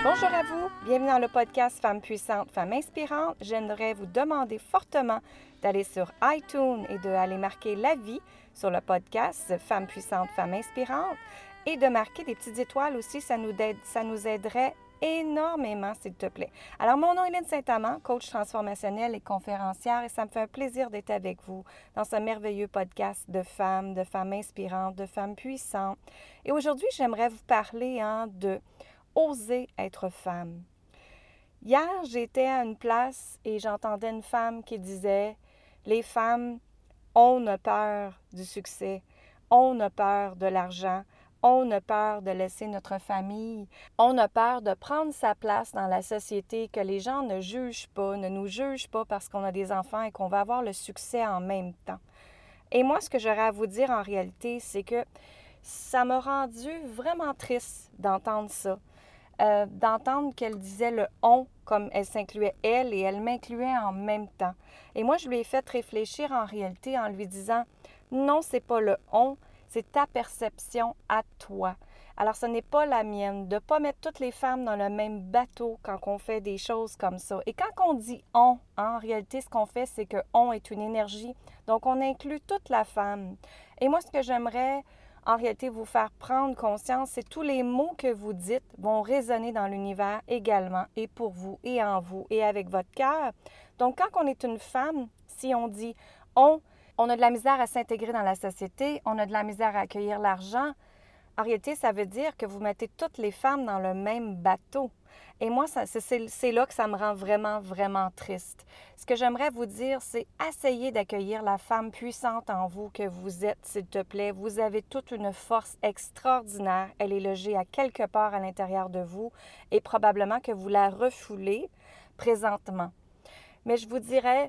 Bonjour à vous, bienvenue dans le podcast Femmes puissantes, Femmes inspirantes. J'aimerais vous demander fortement d'aller sur iTunes et d'aller marquer l'avis sur le podcast Femmes puissantes, Femmes inspirantes et de marquer des petites étoiles aussi, ça nous aiderait énormément, s'il te plaît. Alors, mon nom est Lynne Saint-Amand, coach transformationnelle et conférencière, et ça me fait un plaisir d'être avec vous dans ce merveilleux podcast de femmes inspirantes, de femmes puissantes. Et aujourd'hui, j'aimerais vous parler de oser être femme. Hier, j'étais à une place et j'entendais une femme qui disait « Les femmes, on a peur du succès, on a peur de l'argent, on a peur de laisser notre famille, on a peur de prendre sa place dans la société, que les gens ne jugent pas, ne nous jugent pas parce qu'on a des enfants et qu'on va avoir le succès en même temps. » Et moi, ce que j'aurais à vous dire en réalité, c'est que ça m'a rendu vraiment triste d'entendre ça. D'entendre qu'elle disait le « on » comme elle s'incluait elle et elle m'incluait en même temps. Et moi, je lui ai fait réfléchir en réalité en lui disant « Non, c'est pas le « on », c'est ta perception à toi. Alors, ce n'est pas la mienne. De ne pas mettre toutes les femmes dans le même bateau quand on fait des choses comme ça. Et quand on dit « on », en réalité, ce qu'on fait, c'est que « on » est une énergie. Donc, on inclut toute la femme. Et moi, ce que j'aimerais en réalité vous faire prendre conscience, c'est tous les mots que vous dites vont résonner dans l'univers également, et pour vous, et en vous, et avec votre cœur. Donc, quand on est une femme, si on dit « on a de la misère à s'intégrer dans la société, on a de la misère à accueillir l'argent », en réalité, ça veut dire que vous mettez toutes les femmes dans le même bateau. Et moi, c'est là que ça me rend vraiment, vraiment triste. Ce que j'aimerais vous dire, c'est essayez d'accueillir la femme puissante en vous que vous êtes, s'il te plaît. Vous avez toute une force extraordinaire. Elle est logée à quelque part à l'intérieur de vous et probablement que vous la refoulez présentement. Mais je vous dirais,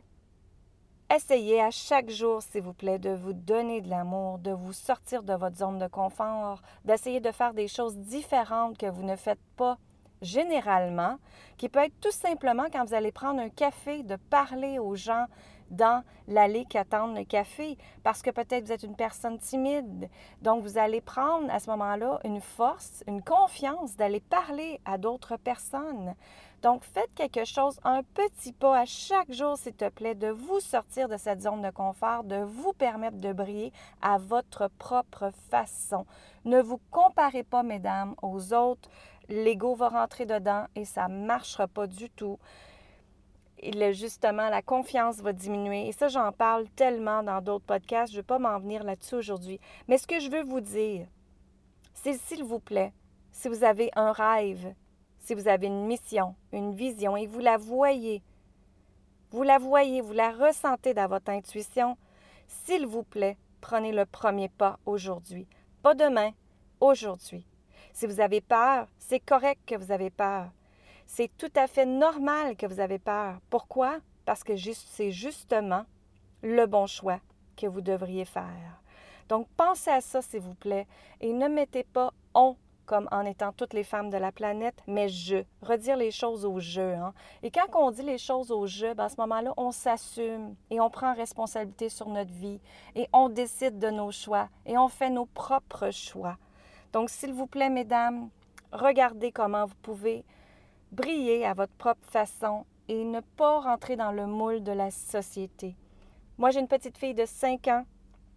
essayez à chaque jour, s'il vous plaît, de vous donner de l'amour, de vous sortir de votre zone de confort, d'essayer de faire des choses différentes que vous ne faites pas généralement, qui peut être tout simplement quand vous allez prendre un café, de parler aux gens dans l'allée qui attendent le café, parce que peut-être vous êtes une personne timide. Donc, vous allez prendre à ce moment-là une force, une confiance d'aller parler à d'autres personnes. Donc, faites quelque chose, un petit pas à chaque jour, s'il te plaît, de vous sortir de cette zone de confort, de vous permettre de briller à votre propre façon. Ne vous comparez pas, mesdames, aux autres. L'ego va rentrer dedans et ça ne marchera pas du tout. Justement, la confiance va diminuer. Et ça, j'en parle tellement dans d'autres podcasts. Je ne vais pas m'en venir là-dessus aujourd'hui. Mais ce que je veux vous dire, c'est s'il vous plaît, si vous avez un rêve, si vous avez une mission, une vision et vous la voyez, vous la ressentez dans votre intuition, s'il vous plaît, prenez le premier pas aujourd'hui. Pas demain, aujourd'hui. Si vous avez peur, c'est correct que vous avez peur. C'est tout à fait normal que vous avez peur. Pourquoi? Parce que c'est justement le bon choix que vous devriez faire. Donc, pensez à ça, s'il vous plaît, et ne mettez pas « on » comme en étant toutes les femmes de la planète, mais « je ». Redire les choses au « je ». Et quand on dit les choses au « je », à ce moment-là, on s'assume et on prend responsabilité sur notre vie et on décide de nos choix et on fait nos propres choix. Donc, s'il vous plaît, mesdames, regardez comment vous pouvez briller à votre propre façon et ne pas rentrer dans le moule de la société. Moi, j'ai une petite fille de 5 ans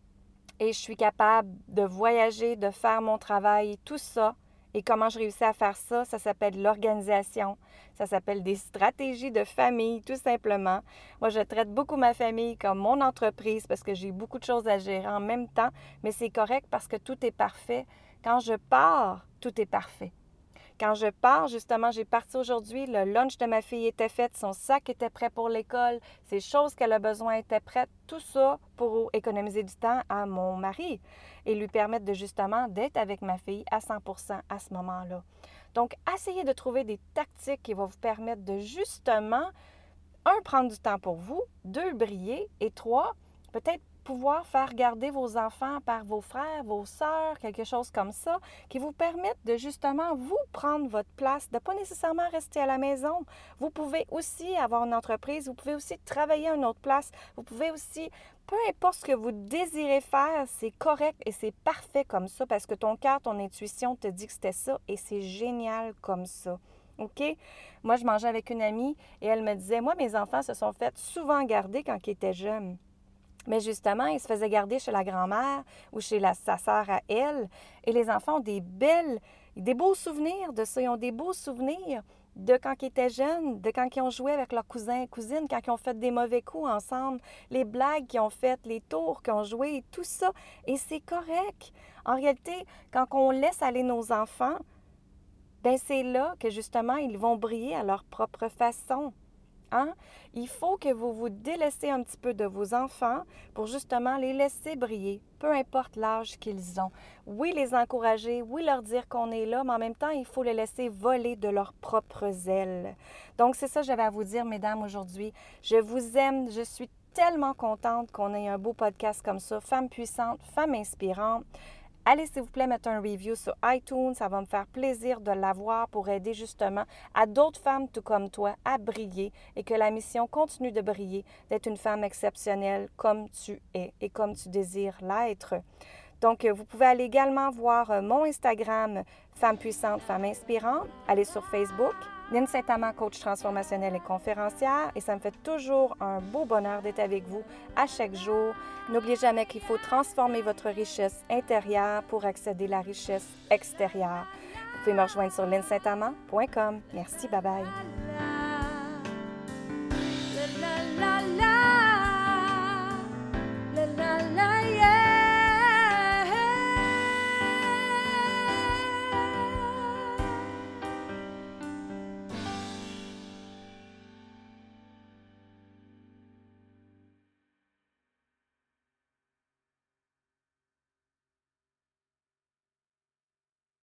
et je suis capable de voyager, de faire mon travail, tout ça. Et comment je réussis à faire ça? Ça s'appelle l'organisation. Ça s'appelle des stratégies de famille, tout simplement. Moi, je traite beaucoup ma famille comme mon entreprise parce que j'ai beaucoup de choses à gérer en même temps, mais c'est correct parce que tout est parfait. Quand je pars, tout est parfait. Quand je pars, justement, j'ai parti aujourd'hui, le lunch de ma fille était fait, son sac était prêt pour l'école, ses choses qu'elle a besoin étaient prêtes, tout ça pour économiser du temps à mon mari et lui permettre de justement d'être avec ma fille à 100% à ce moment-là. Donc, essayez de trouver des tactiques qui vont vous permettre de justement, 1, prendre du temps pour vous, 2, briller et 3, peut-être pouvoir faire garder vos enfants par vos frères, vos sœurs, quelque chose comme ça, qui vous permettent de justement vous prendre votre place, de ne pas nécessairement rester à la maison. Vous pouvez aussi avoir une entreprise, vous pouvez aussi travailler à une autre place, vous pouvez aussi, peu importe ce que vous désirez faire, c'est correct et c'est parfait comme ça parce que ton cœur, ton intuition te dit que c'était ça et c'est génial comme ça. OK? Moi, je mangeais avec une amie et elle me disait, moi, mes enfants se sont fait souvent garder quand ils étaient jeunes. Mais justement, ils se faisaient garder chez la grand-mère ou chez sa sœur à elle. Et les enfants ont des beaux souvenirs de ça. Ils ont des beaux souvenirs de quand ils étaient jeunes, de quand ils ont joué avec leurs cousins et cousines, quand ils ont fait des mauvais coups ensemble, les blagues qu'ils ont faites, les tours qu'ils ont joués, tout ça. Et c'est correct. En réalité, quand on laisse aller nos enfants, ben c'est là que justement, ils vont briller à leur propre façon. Hein? Il faut que vous vous délaissez un petit peu de vos enfants pour justement les laisser briller, peu importe l'âge qu'ils ont. Oui, les encourager, oui, leur dire qu'on est là, mais en même temps, il faut les laisser voler de leurs propres ailes. Donc, c'est ça que j'avais à vous dire, mesdames, aujourd'hui. Je vous aime, je suis tellement contente qu'on ait un beau podcast comme ça, Femmes puissantes, Femmes inspirantes. Allez, s'il vous plaît, mettre un review sur iTunes. Ça va me faire plaisir de l'avoir pour aider justement à d'autres femmes tout comme toi à briller et que la mission continue de briller, d'être une femme exceptionnelle comme tu es et comme tu désires l'être. Donc, vous pouvez aller également voir mon Instagram, Femme puissante, Femme inspirante. Allez sur Facebook. Lynne Saint-Amand, coach transformationnelle et conférencière. Et ça me fait toujours un beau bonheur d'être avec vous à chaque jour. N'oubliez jamais qu'il faut transformer votre richesse intérieure pour accéder à la richesse extérieure. Vous pouvez me rejoindre sur lynnesaintamand.com. Merci, bye bye.